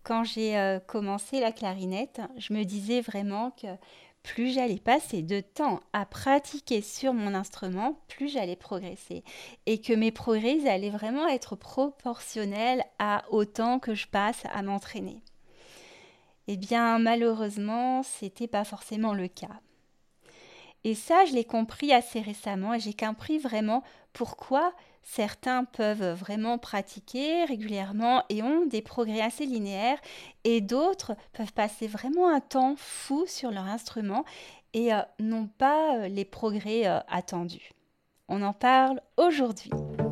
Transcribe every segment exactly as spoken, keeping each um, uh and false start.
Quand j'ai euh, commencé la clarinette, je me disais vraiment que plus j'allais passer de temps à pratiquer sur mon instrument, plus j'allais progresser. Et que mes progrès ils allaient vraiment être proportionnels à autant que je passe à m'entraîner. Eh bien, malheureusement, c'était pas forcément le cas. Et ça, je l'ai compris assez récemment et j'ai compris vraiment pourquoi certains peuvent vraiment pratiquer régulièrement et ont des progrès assez linéaires et d'autres peuvent passer vraiment un temps fou sur leur instrument et euh, n'ont pas euh, les progrès euh, attendus. On en parle aujourd'hui.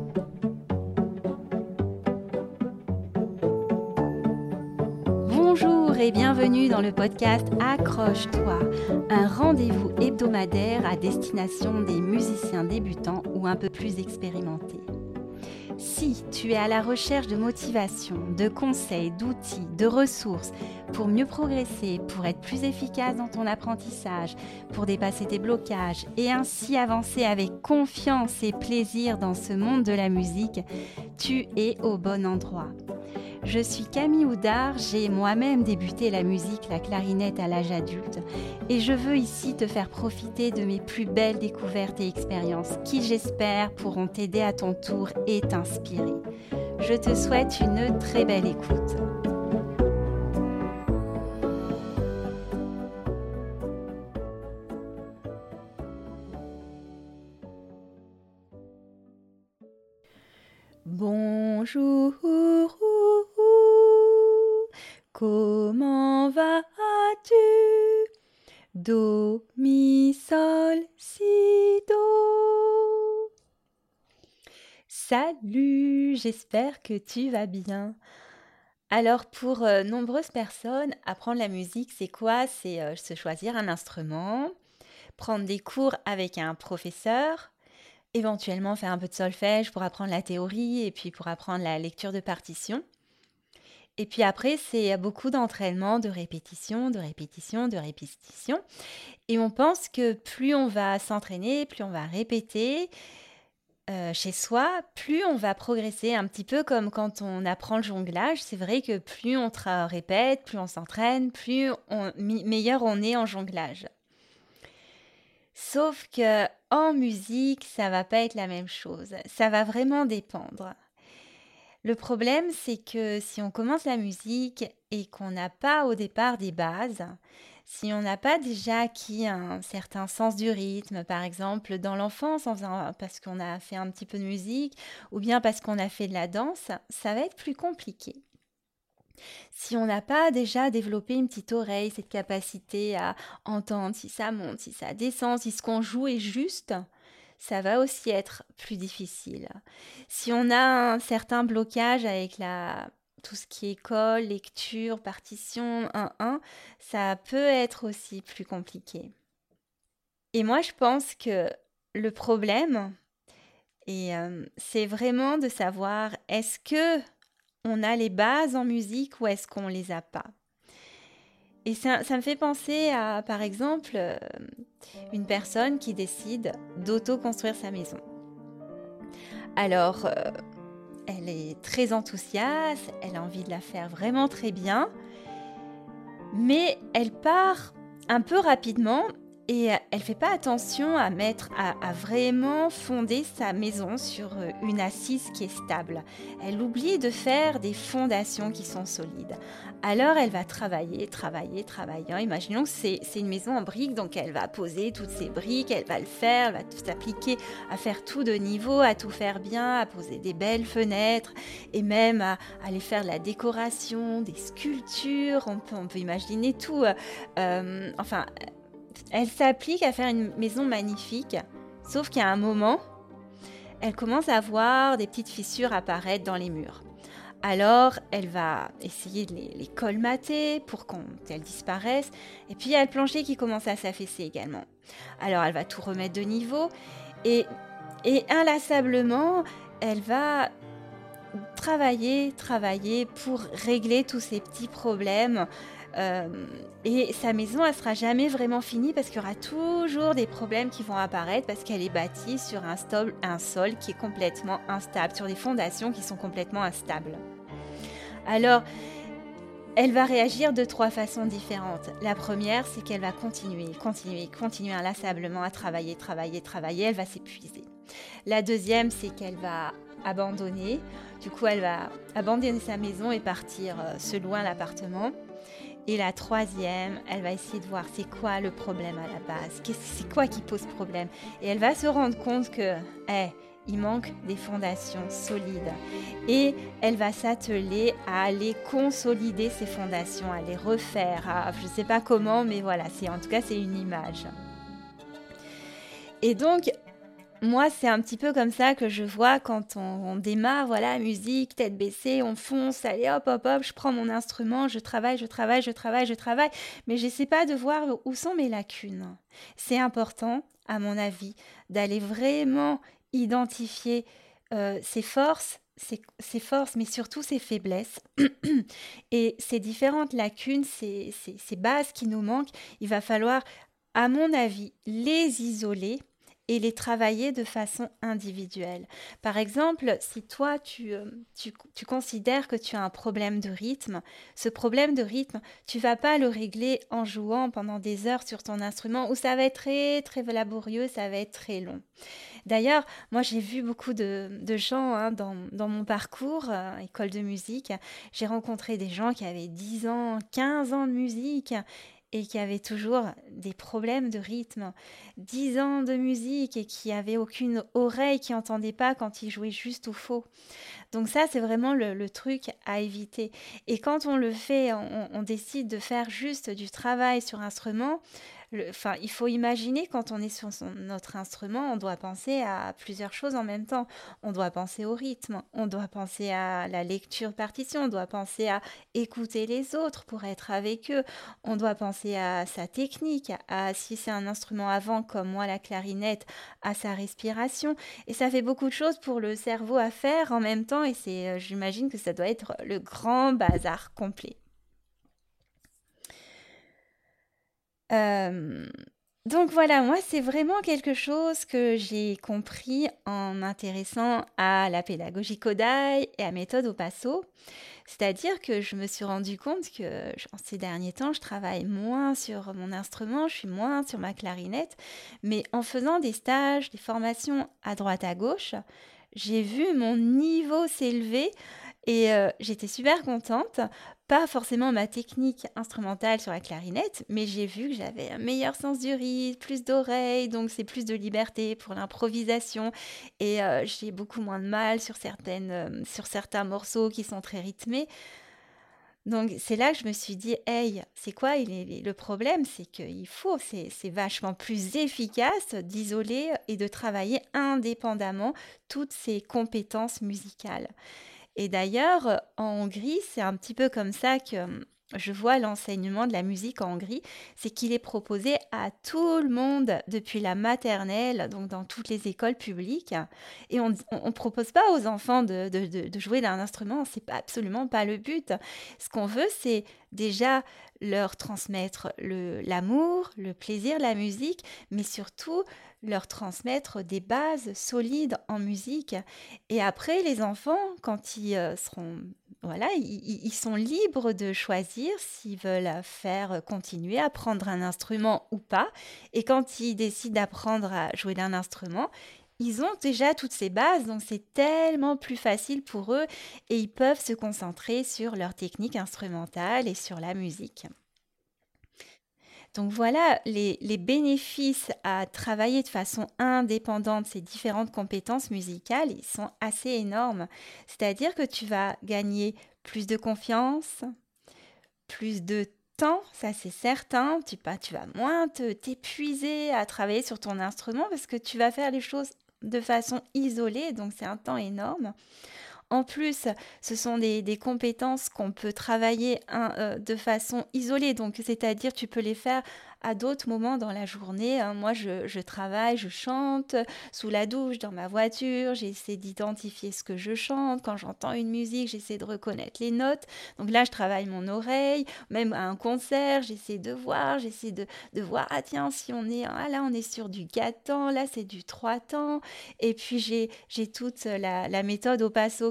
Bonjour et bienvenue dans le podcast Accroche-toi, un rendez-vous hebdomadaire à destination des musiciens débutants ou un peu plus expérimentés. Si tu es à la recherche de motivation, de conseils, d'outils, de ressources pour mieux progresser, pour être plus efficace dans ton apprentissage, pour dépasser tes blocages et ainsi avancer avec confiance et plaisir dans ce monde de la musique, tu es au bon endroit. Je suis Camille Houdard, j'ai moi-même débuté la musique, la clarinette à l'âge adulte et je veux ici te faire profiter de mes plus belles découvertes et expériences qui j'espère pourront t'aider à ton tour et t'inspirer. Je te souhaite une très belle écoute. Bonjour, comment vas-tu? Do, mi, sol, si, do. Salut, j'espère que tu vas bien. Alors pour euh, nombreuses personnes, apprendre la musique, c'est quoi? C'est euh, se choisir un instrument, prendre des cours avec un professeur, éventuellement faire un peu de solfège pour apprendre la théorie et puis pour apprendre la lecture de partition. Et puis après, c'est beaucoup d'entraînement, de répétition, de répétition, de répétition. Et on pense que plus on va s'entraîner, plus on va répéter euh, chez soi, plus on va progresser. Un petit peu comme quand on apprend le jonglage. C'est vrai que plus on tra- répète, plus on s'entraîne, plus on, mi- meilleur on est en jonglage. Sauf que en musique, ça va pas être la même chose. Ça va vraiment dépendre. Le problème, c'est que si on commence la musique et qu'on n'a pas au départ des bases, si on n'a pas déjà acquis un certain sens du rythme, par exemple dans l'enfance, en faisant- parce qu'on a fait un petit peu de musique, ou bien parce qu'on a fait de la danse, ça va être plus compliqué. Si on n'a pas déjà développé une petite oreille, cette capacité à entendre si ça monte, si ça descend, si ce qu'on joue est juste, ça va aussi être plus difficile. Si on a un certain blocage avec la, tout ce qui est école, lecture, partition, un un, ça peut être aussi plus compliqué. Et moi, je pense que le problème, et euh, c'est vraiment de savoir est-ce que on a les bases en musique ou est-ce qu'on les a pas. Et ça, ça me fait penser à, par exemple, euh, une personne qui décide d'auto-construire sa maison. Alors, euh, elle est très enthousiaste, elle a envie de la faire vraiment très bien, mais elle part un peu rapidement et elle fait pas attention à mettre, à, à vraiment fonder sa maison sur une assise qui est stable. Elle oublie de faire des fondations qui sont solides. Alors elle va travailler, travailler, travailler. Imaginons que c'est, c'est une maison en briques, donc elle va poser toutes ses briques, elle va le faire, elle va tout s'appliquer à faire tout de niveau, à tout faire bien, à poser des belles fenêtres et même à, à aller faire de la décoration, des sculptures. On peut, on peut imaginer tout. Euh, enfin, elle s'applique à faire une maison magnifique, sauf qu'à un moment, elle commence à voir des petites fissures apparaître dans les murs. Alors, elle va essayer de les, les colmater pour qu'elles disparaissent. Et puis, il y a le plancher qui commence à s'affaisser également. Alors, elle va tout remettre de niveau. Et, et inlassablement, elle va travailler, travailler pour régler tous ces petits problèmes. Euh, et sa maison, elle sera jamais vraiment finie parce qu'il y aura toujours des problèmes qui vont apparaître parce qu'elle est bâtie sur un, stol, un sol qui est complètement instable, sur des fondations qui sont complètement instables. Alors, Elle va réagir de trois façons différentes. La première, c'est qu'elle va continuer, continuer, continuer inlassablement à travailler, travailler, travailler. Elle va s'épuiser. La deuxième, c'est qu'elle va abandonner. Du coup, elle va abandonner sa maison et partir euh, se loin l'appartement. Et la troisième, elle va essayer de voir c'est quoi le problème à la base. Qu'est-ce- C'est quoi qui pose problème. Et elle va se rendre compte que, eh, il manque des fondations solides. Et elle va s'atteler à aller consolider ces fondations, à les refaire. À, je ne sais pas comment, mais voilà, c'est, en tout cas, c'est une image. Et donc, moi, c'est un petit peu comme ça que je vois quand on, on démarre, voilà, musique, tête baissée, on fonce, allez hop, hop, hop, je prends mon instrument, je travaille, je travaille, je travaille, je travaille, mais j'essaie pas de voir où sont mes lacunes. C'est important, à mon avis, d'aller vraiment identifier euh, ses forces, ses, ses forces, mais surtout ses faiblesses. Et ces différentes lacunes, ces, ces, ces bases qui nous manquent, il va falloir, à mon avis, les isoler et les travailler de façon individuelle. Par exemple, si toi, tu, euh, tu, tu considères que tu as un problème de rythme, ce problème de rythme, tu vas pas le régler en jouant pendant des heures sur ton instrument où ça va être très, très laborieux, ça va être très long. D'ailleurs, moi, j'ai vu beaucoup de, de gens hein, dans, dans mon parcours, euh, école de musique. J'ai rencontré des gens qui avaient dix ans, quinze ans de musique et qui avaient toujours des problèmes de rythme. dix ans de musique et qui avaient aucune oreille, qui n'entendaient pas quand ils jouaient juste ou faux. Donc ça, c'est vraiment le, le truc à éviter. Et quand on le fait, on, on décide de faire juste du travail sur instrument. Le- Enfin, il faut imaginer quand on est sur son- notre instrument, on doit penser à plusieurs choses en même temps. On doit penser au rythme, on doit penser à la lecture de partition, on doit penser à écouter les autres pour être avec eux, on doit penser à sa technique, à si c'est un instrument à vent comme moi la clarinette, à sa respiration. Et ça fait beaucoup de choses pour le cerveau à faire en même temps et c'est, euh, j'imagine que ça doit être le grand bazar complet. Euh, donc voilà, moi c'est vraiment quelque chose que j'ai compris en m'intéressant à la pédagogie Kodai et à méthode au passo. C'est-à-dire que je me suis rendu compte que je- en ces derniers temps, je travaille moins sur mon instrument, je suis moins sur ma clarinette, mais en faisant des stages, des formations à droite à gauche, j'ai vu mon niveau s'élever et euh, j'étais super contente. Pas forcément ma technique instrumentale sur la clarinette, mais j'ai vu que j'avais un meilleur sens du rythme, plus d'oreilles, donc c'est plus de liberté pour l'improvisation. Et euh, j'ai beaucoup moins de mal sur, certaines, euh, sur certains morceaux qui sont très rythmés. Donc c'est là que je me suis dit, hey, c'est quoi il est- le problème? C'est qu'il faut, c'est c'est vachement plus efficace d'isoler et de travailler indépendamment toutes ces compétences musicales. Et d'ailleurs, euh, en Hongrie, c'est un petit peu comme ça que euh, je vois l'enseignement de la musique en Hongrie, c'est qu'il est proposé à tout le monde depuis la maternelle, donc dans toutes les écoles publiques. Et on ne propose pas aux enfants de, de- de- de jouer d'un instrument, c'est pas, absolument pas le but. Ce qu'on veut, c'est déjà leur transmettre le- l'amour, le plaisir de la musique, mais surtout leur transmettre des bases solides en musique. Et après, les enfants, quand ils euh, seront, voilà, ils, ils- ils sont libres de choisir s'ils veulent faire euh, continuer à apprendre un instrument ou pas. Et quand ils décident d'apprendre à jouer d'un instrument, ils ont déjà toutes ces bases, donc c'est tellement plus facile pour eux et ils peuvent se concentrer sur leur technique instrumentale et sur la musique. Donc voilà, les, les bénéfices à travailler de façon indépendante ces différentes compétences musicales, ils sont assez énormes. C'est-à-dire que tu vas gagner plus de confiance, plus de temps, ça c'est certain. Tu, pas, tu vas moins te, t'épuiser à travailler sur ton instrument parce que tu vas faire les choses de façon isolée, donc c'est un temps énorme. En plus, ce sont des, des compétences qu'on peut travailler hein, euh, de façon isolée, donc c'est-à-dire tu peux les faire à d'autres moments dans la journée. Hein. Moi, je, je travaille, je chante sous la douche, dans ma voiture, j'essaie d'identifier ce que je chante. Quand j'entends une musique, j'essaie de reconnaître les notes. Donc là, je travaille mon oreille, même à un concert, j'essaie de voir, j'essaie de, de voir, ah tiens, si on est, ah là, on est sur du quatre temps, là, c'est du trois temps. Et puis, j'ai, j'ai toute la, la méthode au passo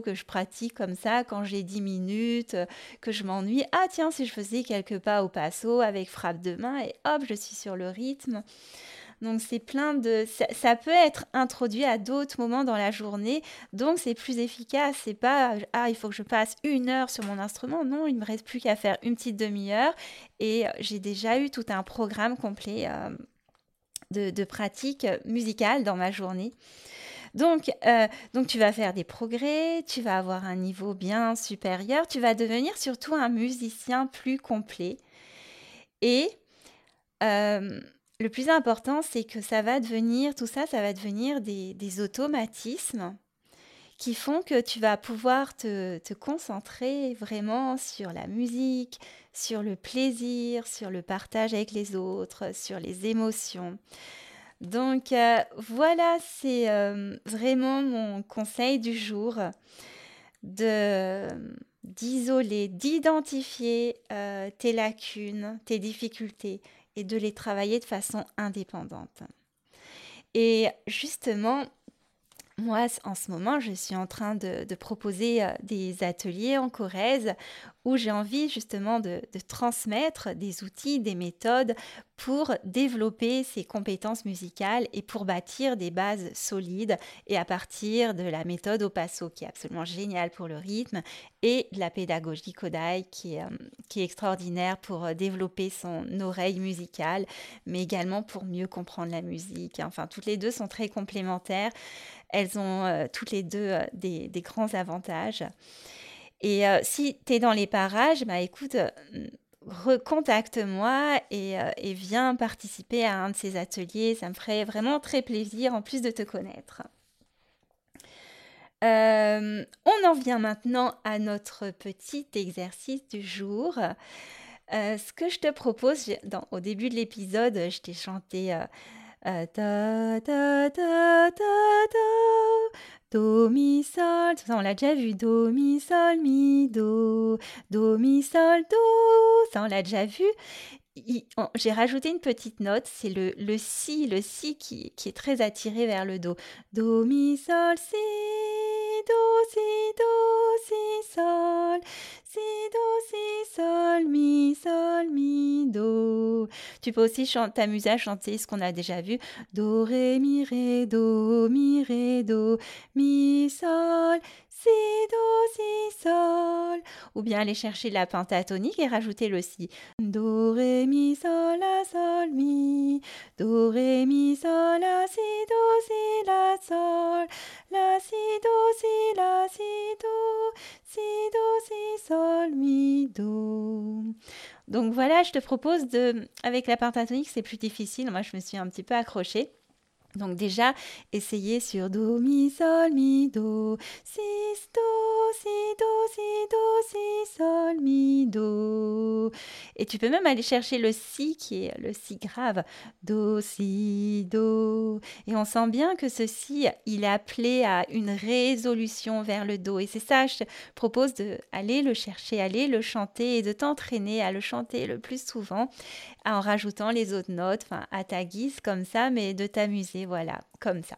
que je pratique comme ça quand j'ai dix minutes, euh, que je m'ennuie. Ah tiens, si je faisais quelques pas au passo avec frappe de main et hop, je suis sur le rythme. Donc c'est plein de... Ça, ça peut être introduit à d'autres moments dans la journée, donc c'est plus efficace. C'est pas, ah, il faut que je passe une heure sur mon instrument. Non, il me reste plus qu'à faire une petite demi-heure et j'ai déjà eu tout un programme complet euh, de, de pratique musicale dans ma journée. Donc, euh, donc, tu vas faire des progrès, tu vas avoir un niveau bien supérieur, tu vas devenir surtout un musicien plus complet. Et... Euh, le plus important, c'est que ça va devenir, tout ça, ça va devenir des, des automatismes qui font que tu vas pouvoir te, te concentrer vraiment sur la musique, sur le plaisir, sur le partage avec les autres, sur les émotions. Donc euh, voilà, c'est euh, vraiment mon conseil du jour, de, d'isoler, d'identifier euh, tes lacunes, tes difficultés, et de les travailler de façon indépendante. Et justement, moi, en ce moment, je suis en train de, de proposer des ateliers en Corrèze où j'ai envie justement de, de transmettre des outils, des méthodes pour développer ses compétences musicales et pour bâtir des bases solides, et à partir de la méthode au passo qui est absolument géniale pour le rythme et de la pédagogie Kodály qui est, qui est extraordinaire pour développer son oreille musicale, mais également pour mieux comprendre la musique. Enfin, toutes les deux sont très complémentaires. Elles ont euh, toutes les deux euh, des, des grands avantages. Et euh, si tu es dans les parages, bah écoute, euh, recontacte-moi et, euh, et viens participer à un de ces ateliers. Ça me ferait vraiment très plaisir en plus de te connaître. Euh, on en vient maintenant à notre petit exercice du jour. Euh, ce que je te propose, dans, au début de l'épisode, je t'ai chanté... Euh, Euh, ta, ta, ta, ta, ta, do, mi, sol. Ça, on l'a déjà vu. Do, mi, sol, mi, do. Do, mi, sol, do. Ça, on l'a déjà vu. Il, on, j'ai rajouté une petite note. C'est le, le si, le si qui, qui est très attiré vers le do. Do, mi, sol, si, do, si, do, si, sol. Si, do, si, sol, mi, sol, mi, do. Tu peux aussi chan- t'amuser à chanter ce qu'on a déjà vu. Do, ré, mi, ré, do, mi, ré, do, mi, sol, si, do, si, sol. Ou bien aller chercher la pentatonique et rajouter le si. Do, ré, mi, sol, la, sol, mi. Do, ré, mi, sol, la, si, do, si, la, sol. La, si, do, si, la, si, do. Si, do, si, sol, mi, do. Donc voilà, je te propose de... Avec la pentatonique, c'est plus difficile. Moi, je me suis un petit peu accrochée. Donc déjà, essayez sur do, mi, sol, mi, do. Si, do, si, do, si, do, si, sol, mi, do. Et tu peux même aller chercher le si qui est le si grave. Do, si, do. Et on sent bien que ce si, il est appelé à une résolution vers le do. Et c'est ça, je te propose d'aller le chercher, aller le chanter et de t'entraîner à le chanter le plus souvent en rajoutant les autres notes, enfin à ta guise comme ça, mais de t'amuser, voilà, comme ça.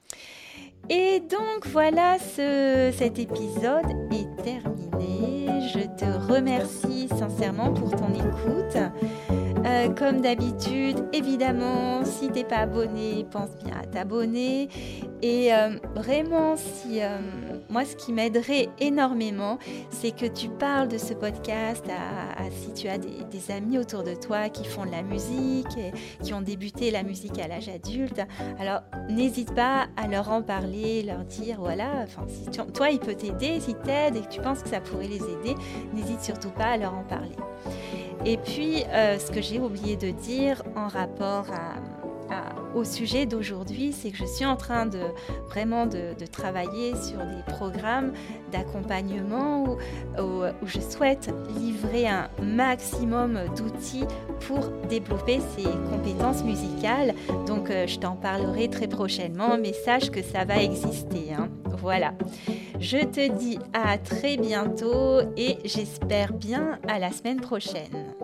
Et donc voilà, ce, cet épisode est terminé. Je te remercie sincèrement pour ton écoute. Euh, comme d'habitude, évidemment, si t'es pas abonné, pense bien à t'abonner. Et euh, vraiment, si euh, moi, ce qui m'aiderait énormément, c'est que tu parles de ce podcast à, à si tu as des, des amis autour de toi qui font de la musique, et qui ont débuté la musique à l'âge adulte. Alors, n'hésite pas à leur en parler, leur dire, voilà, enfin, si tu, toi, il peut t'aider, si t'aides et que tu penses que ça pourrait les aider, n'hésite surtout pas à leur en parler. Et puis, euh, ce que j'ai oublié de dire en rapport à, à, au sujet d'aujourd'hui, c'est que je suis en train de vraiment de, de travailler sur des programmes d'accompagnement où, où, où je souhaite livrer un maximum d'outils pour développer ses compétences musicales. Donc, euh, je t'en parlerai très prochainement, mais sache que ça va exister, hein. Voilà. Je te dis à très bientôt et j'espère bien à la semaine prochaine.